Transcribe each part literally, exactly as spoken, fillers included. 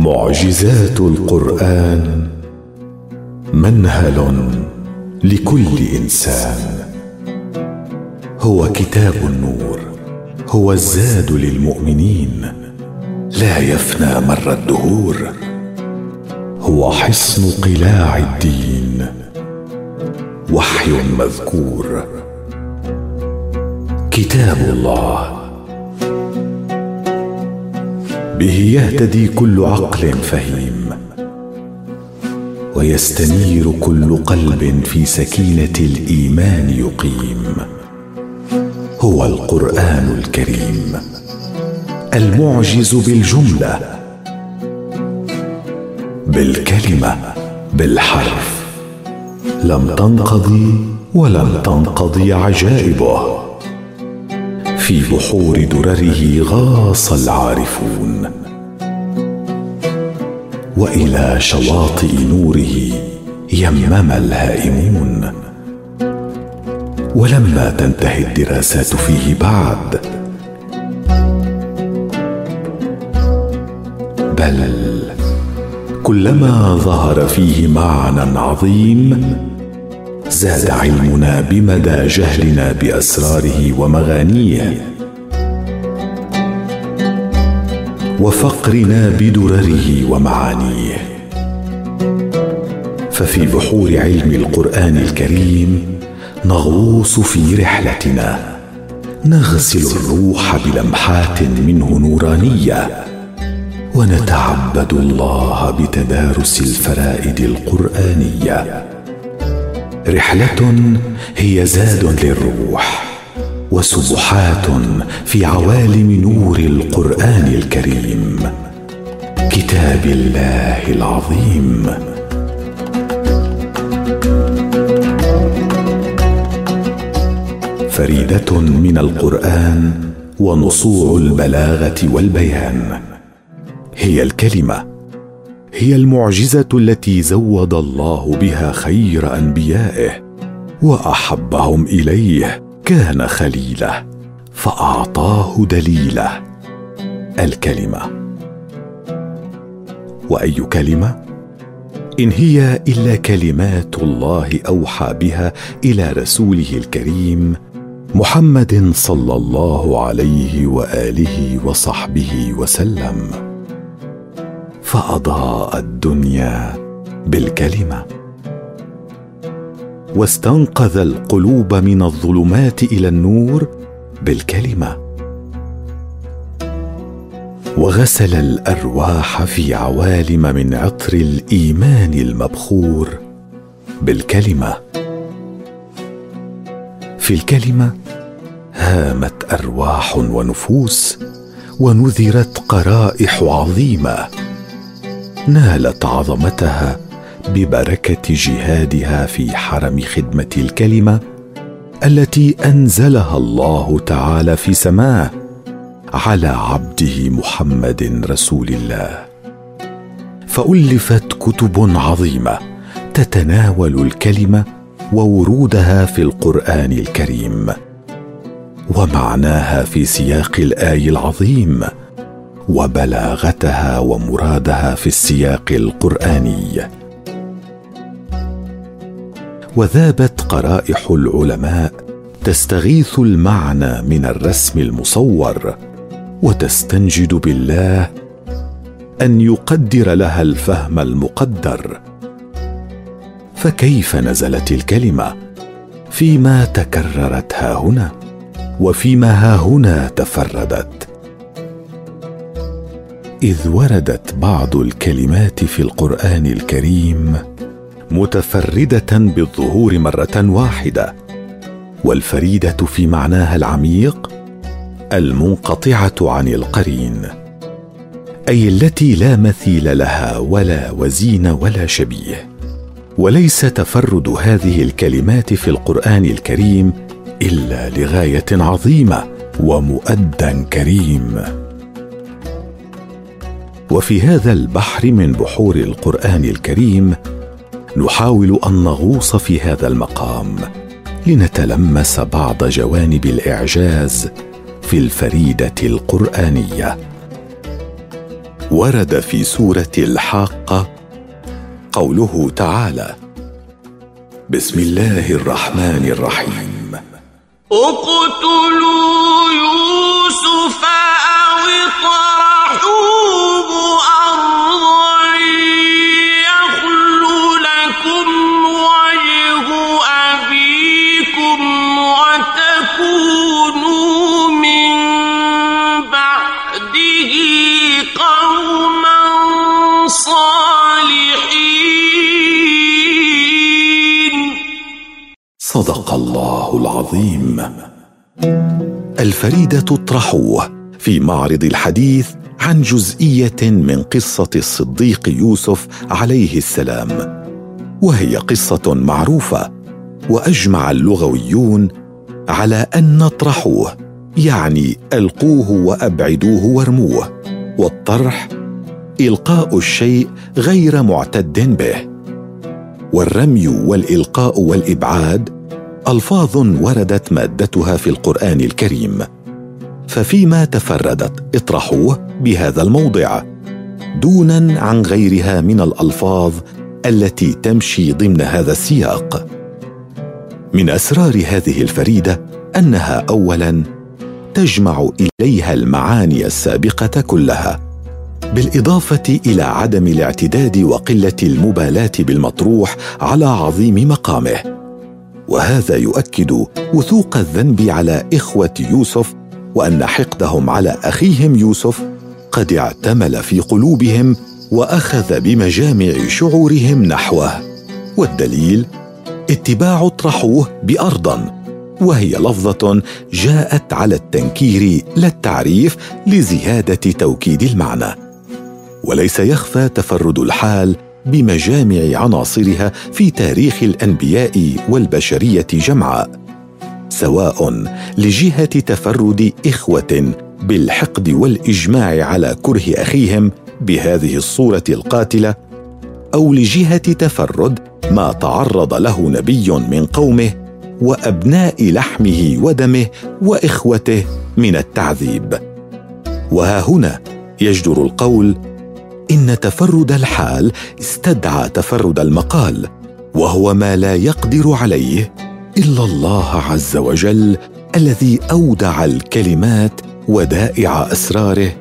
معجزات القرآن منهل لكل إنسان. هو كتاب النور، هو الزاد للمؤمنين، لا يفنى مر الدهور. هو حصن قلاع الدين، وحي مذكور. كتاب الله به يهتدي كل عقل فهيم، ويستنير كل قلب في سكينة الإيمان يقيم. هو القرآن الكريم المعجز بالجملة، بالكلمة، بالحرف. لم تنقضي ولن تنقضي عجائبه، في بحور درره غاص العارفون، وإلى شواطئ نوره يمم الهائمون. ولما تنتهي الدراسات فيه بعد، بل كلما ظهر فيه معنى عظيم زاد علمنا بمدى جهلنا بأسراره ومغانيه، وفقرنا بدرره ومعانيه. ففي بحور علم القرآن الكريم نغوص في رحلتنا، نغسل الروح بلمحات منه نورانية، ونتعبد الله بتدارس الفرائد القرآنية. رحلة هي زاد للروح، وسبحات في عوالم نور القرآن الكريم، كتاب الله العظيم. فريدة من القرآن ونصوع البلاغة والبيان. هي الكلمة، هي المعجزة التي زود الله بها خير أنبيائه، وأحبهم إليه كان خليله، فأعطاه دليله. الكلمة. وأي كلمة؟ إن هي إلا كلمات الله أوحى بها إلى رسوله الكريم محمد صلى الله عليه وآله وصحبه وسلم، فأضاء الدنيا بالكلمة، واستنقذ القلوب من الظلمات إلى النور بالكلمة، وغسل الأرواح في عوالم من عطر الإيمان المبخور بالكلمة. في الكلمة هامت أرواح ونفوس، ونذرت قرائح عظيمة، نالت عظمتها ببركة جهادها في حرم خدمة الكلمة التي أنزلها الله تعالى في سماه على عبده محمد رسول الله. فألفت كتب عظيمة تتناول الكلمة وورودها في القرآن الكريم، ومعناها في سياق الآي العظيم، وبلاغتها ومرادها في السياق القرآني. وذابت قرائح العلماء تستغيث المعنى من الرسم المصور، وتستنجد بالله أن يقدر لها الفهم المقدر. فكيف نزلت الكلمة فيما تكررت هاهنا، وفيما هاهنا تفردت؟ إذ وردت بعض الكلمات في القرآن الكريم متفردة بالظهور مرة واحدة، والفريدة في معناها العميق المنقطعة عن القرين، أي التي لا مثيل لها ولا وزين ولا شبيه. وليس تفرد هذه الكلمات في القرآن الكريم إلا لغاية عظيمة ومؤدى كريم. وفي هذا البحر من بحور القرآن الكريم نحاول أن نغوص في هذا المقام، لنتلمس بعض جوانب الإعجاز في الفريدة القرآنية. ورد في سورة الحاقة قوله تعالى: بسم الله الرحمن الرحيم. اقتلوا يوسف أو اطرحوه أرضا يخل لكم وجه أبيكم وتكونوا من بعده قوما صالحين. صدق الله العظيم. الفريدة اطرحوه في معرض الحديث عن جزئية من قصة الصديق يوسف عليه السلام، وهي قصة معروفة، وأجمع اللغويون على أن اطرحوه يعني ألقوه وأبعدوه وارموه، والطرح إلقاء الشيء غير معتد به. والرمي والإلقاء والإبعاد ألفاظ وردت مادتها في القرآن الكريم، ففيما تفردت اطرحوه بهذا الموضع دونا عن غيرها من الألفاظ التي تمشي ضمن هذا السياق. من أسرار هذه الفريدة أنها أولاً تجمع إليها المعاني السابقة كلها، بالإضافة إلى عدم الاعتداد وقلة المبالاة بالمطروح على عظيم مقامه، وهذا يؤكد وثوق الذنب على إخوة يوسف، وأن حقدهم على أخيهم يوسف قد اعتمل في قلوبهم وأخذ بمجامع شعورهم نحوه. والدليل اتباع اطرحوه بأرضا، وهي لفظة جاءت على التنكير لا التعريف لزيادة توكيد المعنى. وليس يخفى تفرد الحال بمجامع عناصرها في تاريخ الأنبياء والبشرية جمعاء، سواء لجهة تفرد إخوة بالحقد والإجماع على كره أخيهم بهذه الصورة القاتلة، أو لجهة تفرد ما تعرض له نبي من قومه وأبناء لحمه ودمه وإخوته من التعذيب. وها هنا يجدر القول إن تفرد الحال استدعى تفرد المقال، وهو ما لا يقدر عليه إلا الله عز وجل، الذي أودع الكلمات ودائع أسراره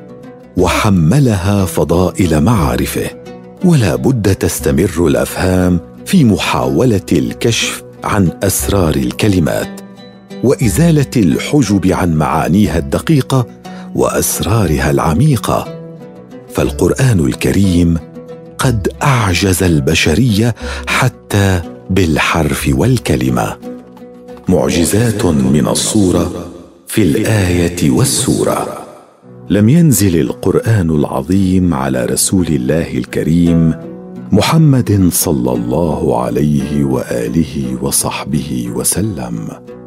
وحملها فضائل معارفه. ولا بد تستمر الأفهام في محاولة الكشف عن أسرار الكلمات وإزالة الحجب عن معانيها الدقيقة وأسرارها العميقة، فالقرآن الكريم قد أعجز البشرية حتى بالحرف والكلمة. معجزات من الصورة في الآية والسورة. لم ينزل القرآن العظيم على رسول الله الكريم محمد صلى الله عليه وآله وصحبه وسلم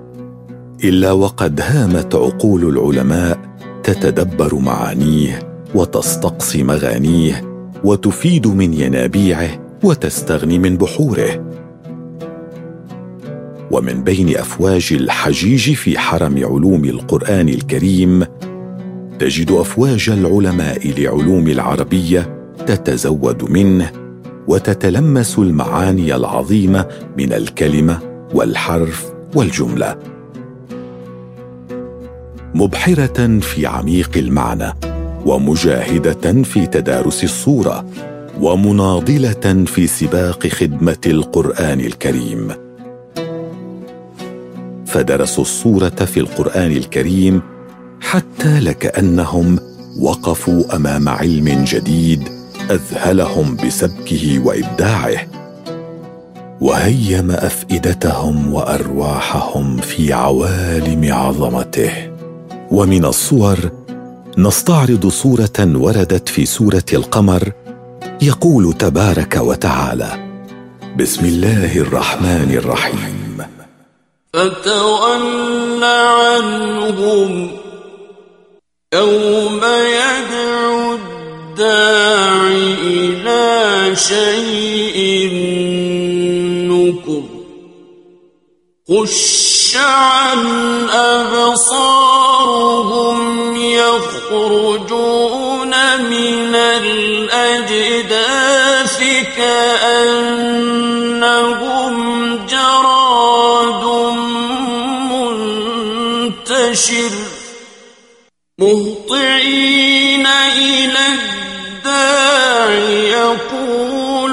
إلا وقد هامت عقول العلماء تتدبر معانيه وتستقصي مغانيه وتفيد من ينابيعه وتستغني من بحوره. ومن بين أفواج الحجيج في حرم علوم القرآن الكريم تجد أفواج العلماء لعلوم العربية تتزود منه وتتلمس المعاني العظيمة من الكلمة والحرف والجملة، مبحرة في عميق المعنى ومجاهدة في تدارس الصورة ومناضلة في سباق خدمة القرآن الكريم. فدرسوا الصورة في القرآن الكريم حتى لكأنهم وقفوا أمام علم جديد أذهلهم بسبكه وإبداعه، وهيم أفئدتهم وأرواحهم في عوالم عظمته. ومن الصور نستعرض صورة وردت في سورة القمر، يقول تبارك وتعالى: بسم الله الرحمن الرحيم. فتول عنهم يوم يدعو الداع إلى شيء نكر خش عن أبصارهم يخرجون من الأجداث كأنهم جراد منتشر مهطعين إلى الداع يقول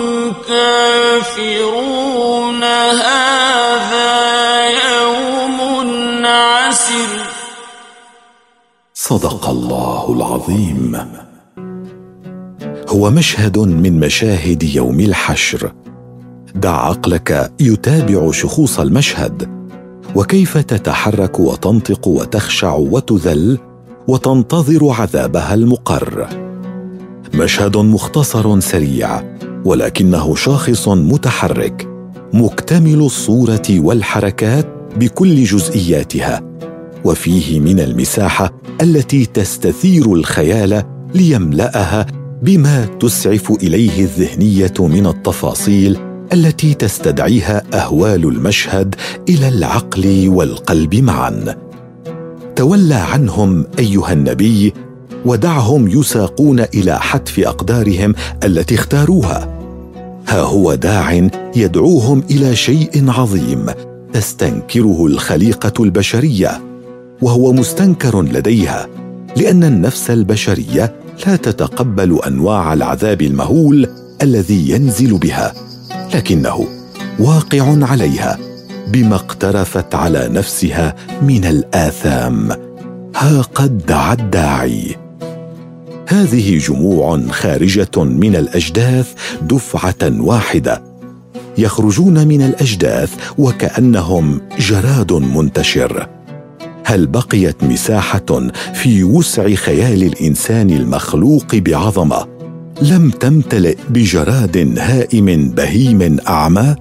الكافرون هذا يوم عسر. صدق الله العظيم. هو مشهد من مشاهد يوم الحشر. دع عقلك يتابع شخوص المشهد، وكيف تتحرك وتنطق وتخشع وتذل وتنتظر عذابها المقر. مشهد مختصر سريع، ولكنه شاخص متحرك مكتمل الصورة والحركات بكل جزئياتها، وفيه من المساحة التي تستثير الخيال ليملأها بما تسعف إليه الذهنية من التفاصيل التي تستدعيها أهوال المشهد إلى العقل والقلب معا. تولى عنهم أيها النبي، ودعهم يساقون إلى حتف أقدارهم التي اختاروها. ها هو داع يدعوهم إلى شيء عظيم تستنكره الخليقة البشرية، وهو مستنكر لديها، لأن النفس البشرية لا تتقبل أنواع العذاب المهول الذي ينزل بها، لكنه واقع عليها بما اقترفت على نفسها من الآثام. ها قد دعا الداعي. هذه جموع خارجة من الأجداث دفعة واحدة، يخرجون من الأجداث وكأنهم جراد منتشر. هل بقيت مساحة في وسع خيال الإنسان المخلوق بعظمة لم تمتلئ بجراد هائم بهيم أعمى؟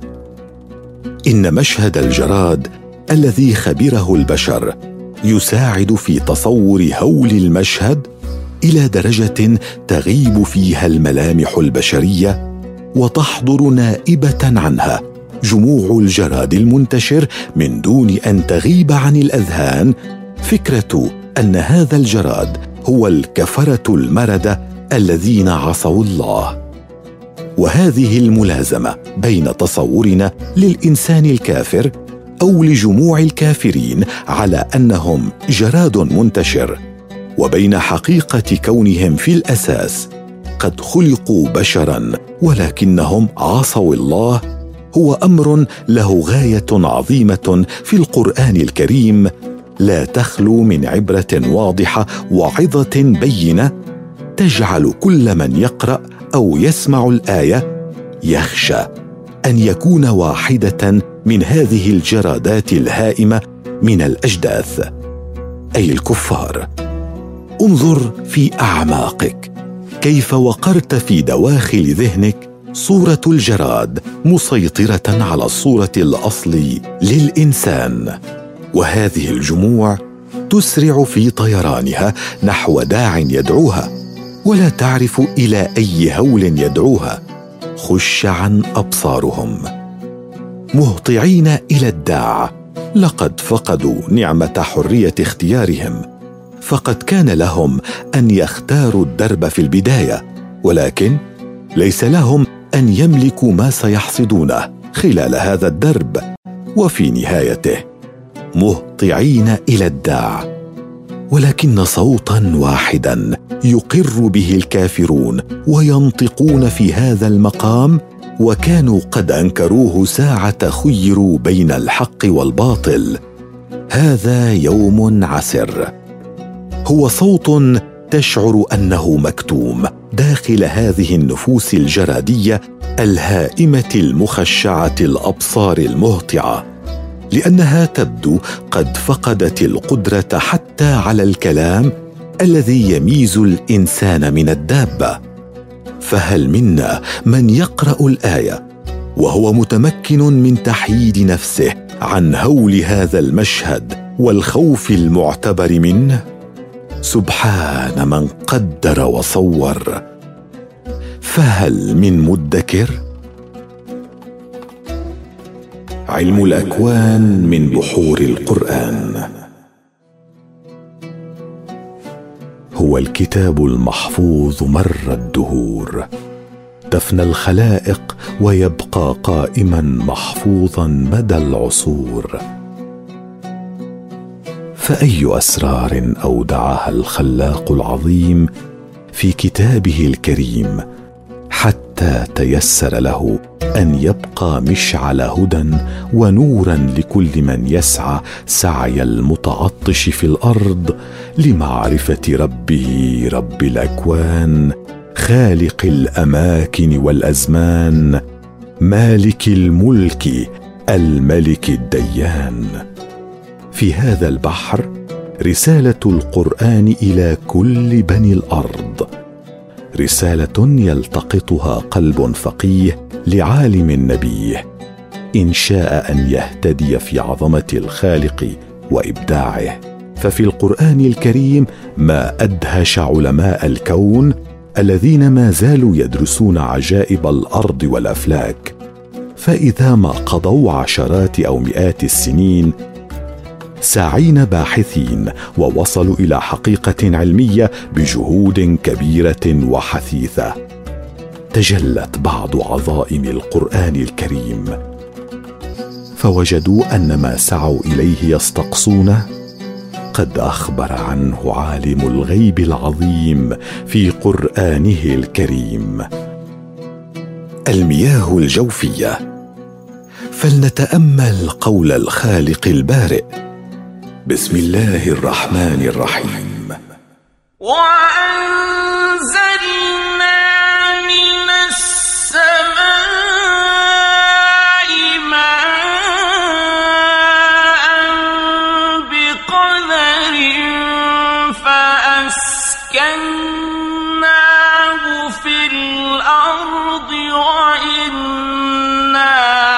إن مشهد الجراد الذي خبره البشر يساعد في تصور هول المشهد إلى درجة تغيب فيها الملامح البشرية وتحضر نائبة عنها جموع الجراد المنتشر، من دون أن تغيب عن الأذهان فكرة أن هذا الجراد هو الكفرة المردة الذين عصوا الله. وهذه الملازمة بين تصورنا للإنسان الكافر أو لجموع الكافرين على أنهم جراد منتشر، وبين حقيقة كونهم في الأساس قد خلقوا بشراً ولكنهم عصوا الله، هو أمر له غاية عظيمة في القرآن الكريم، لا تخلو من عبرة واضحة وعظة بينة تجعل كل من يقرأ أو يسمع الآية يخشى أن يكون واحدة من هذه الجرادات الهائمة من الأجداث، أي الكفار. انظر في أعماقك كيف وقرت في دواخل ذهنك صورة الجراد مسيطرة على الصورة الأصلي للإنسان، وهذه الجموع تسرع في طيرانها نحو داع يدعوها، ولا تعرف إلى أي هول يدعوها. خش عن أبصارهم مهطعين إلى الداع، لقد فقدوا نعمة حرية اختيارهم، فقد كان لهم أن يختاروا الدرب في البداية، ولكن ليس لهم أن يملكوا ما سيحصدونه خلال هذا الدرب وفي نهايته. مهطعين إلى الداع، ولكن صوتا واحدا يقر به الكافرون وينطقون في هذا المقام، وكانوا قد أنكروه ساعة خيروا بين الحق والباطل. هذا يوم عسر. هو صوت تشعر أنه مكتوم داخل هذه النفوس الجرادية الهائمة المخشعة الأبصار المهطعة، لأنها تبدو قد فقدت القدرة حتى على الكلام الذي يميز الإنسان من الدابة. فهل منا من يقرأ الآية وهو متمكن من تحييد نفسه عن هول هذا المشهد والخوف المعتبر منه؟ سبحان من قدر وصور. فهل من مدكر؟ علم الأكوان من بحور القرآن. هو الكتاب المحفوظ مر الدهور، تفنى الخلائق ويبقى قائما محفوظا مدى العصور. فأي أسرار أودعها الخلاق العظيم في كتابه الكريم حتى تيسر له أن يبقى مشعل هدى ونورا لكل من يسعى سعي المتعطش في الأرض لمعرفة ربه رب الأكوان، خالق الأماكن والأزمان، مالك الملك، الملك الديان. في هذا البحر رسالة القرآن إلى كل بني الأرض، رسالة يلتقطها قلب فقيه لعالم نبيه إن شاء أن يهتدي في عظمة الخالق وإبداعه. ففي القرآن الكريم ما أدهش علماء الكون الذين ما زالوا يدرسون عجائب الأرض والأفلاك، فإذا ما قضوا عشرات أو مئات السنين ساعين باحثين ووصلوا إلى حقيقة علمية بجهود كبيرة وحثيثة، تجلت بعض عظائم القرآن الكريم فوجدوا أن ما سعوا إليه يستقصونه قد أخبر عنه عالم الغيب العظيم في قرآنه الكريم. المياه الجوفية. فلنتأمل قول الخالق البارئ: بسم الله الرحمن الرحيم. وأنزلنا من السماء ماء بقدر فأسكناه في الأرض وإنا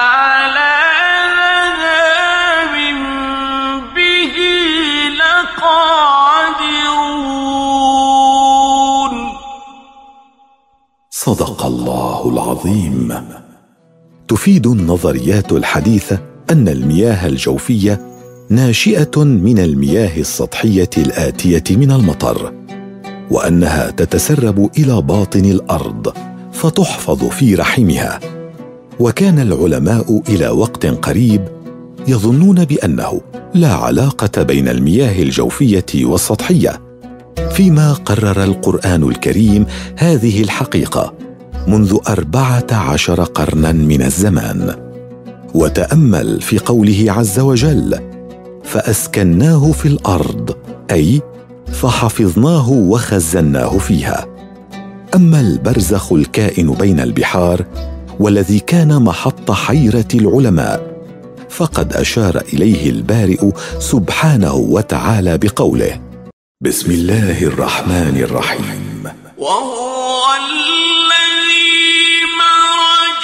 صدق الله العظيم. تفيد النظريات الحديثة أن المياه الجوفية ناشئة من المياه السطحية الآتية من المطر، وأنها تتسرب إلى باطن الأرض فتحفظ في رحمها. وكان العلماء إلى وقت قريب يظنون بأنه لا علاقة بين المياه الجوفية والسطحية، فيما قرر القرآن الكريم هذه الحقيقة منذ أربعة عشر قرناً من الزمان. وتأمل في قوله عز وجل: فأسكناه في الأرض، أي فحفظناه وخزناه فيها. أما البرزخ الكائن بين البحار والذي كان محط حيرة العلماء فقد أشار إليه البارئ سبحانه وتعالى بقوله: بسم الله الرحمن الرحيم. وهو الذي مرج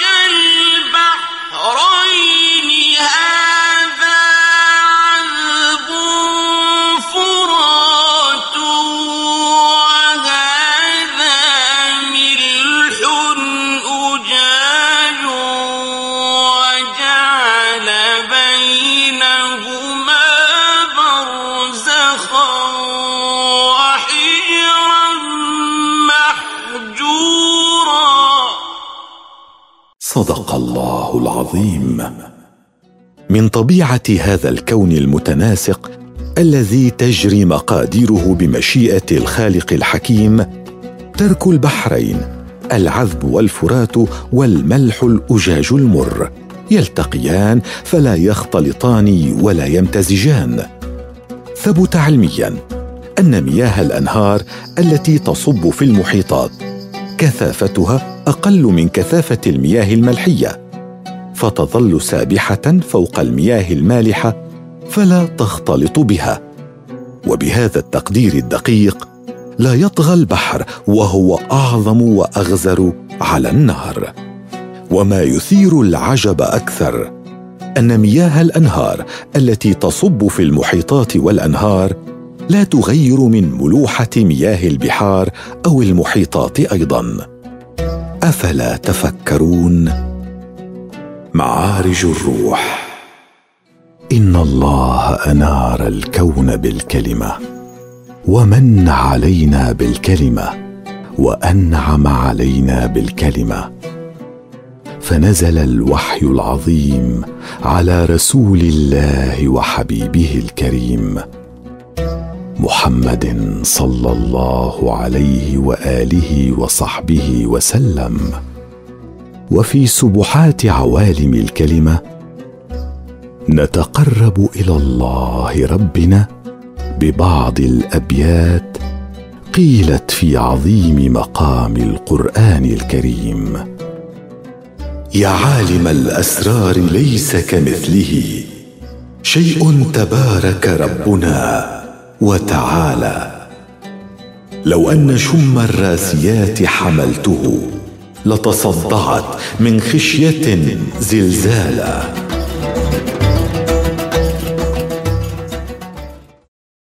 البحرين هذا عذب فرات وهذا ملح أجاج وجعل بينهما برزخا صدق الله العظيم. من طبيعة هذا الكون المتناسق الذي تجري مقاديره بمشيئة الخالق الحكيم ترك البحرين العذب والفرات والملح الأجاج المر يلتقيان فلا يختلطان ولا يمتزجان. ثبت علميا أن مياه الأنهار التي تصب في المحيطات كثافتها أقل من كثافة المياه الملحية، فتظل سابحة فوق المياه المالحة فلا تختلط بها. وبهذا التقدير الدقيق لا يطغى البحر وهو أعظم وأغزر على النهر. وما يثير العجب أكثر أن مياه الأنهار التي تصب في المحيطات والأنهار لا تغير من ملوحة مياه البحار أو المحيطات أيضاً. أفلا تفكرون؟ معارج الروح. إن الله أنار الكون بالكلمة، ومن علينا بالكلمة، وأنعم علينا بالكلمة. فنزل الوحي العظيم على رسول الله وحبيبه الكريم محمد صلى الله عليه وآله وصحبه وسلم. وفي سبحات عوالم الكلمة نتقرب إلى الله ربنا ببعض الأبيات قيلت في عظيم مقام القرآن الكريم: يا عالم الأسرار ليس كمثله شيء تبارك ربنا وتعالى. لو أن شم الراسيات حملته لتصدعت من خشية زلزالا.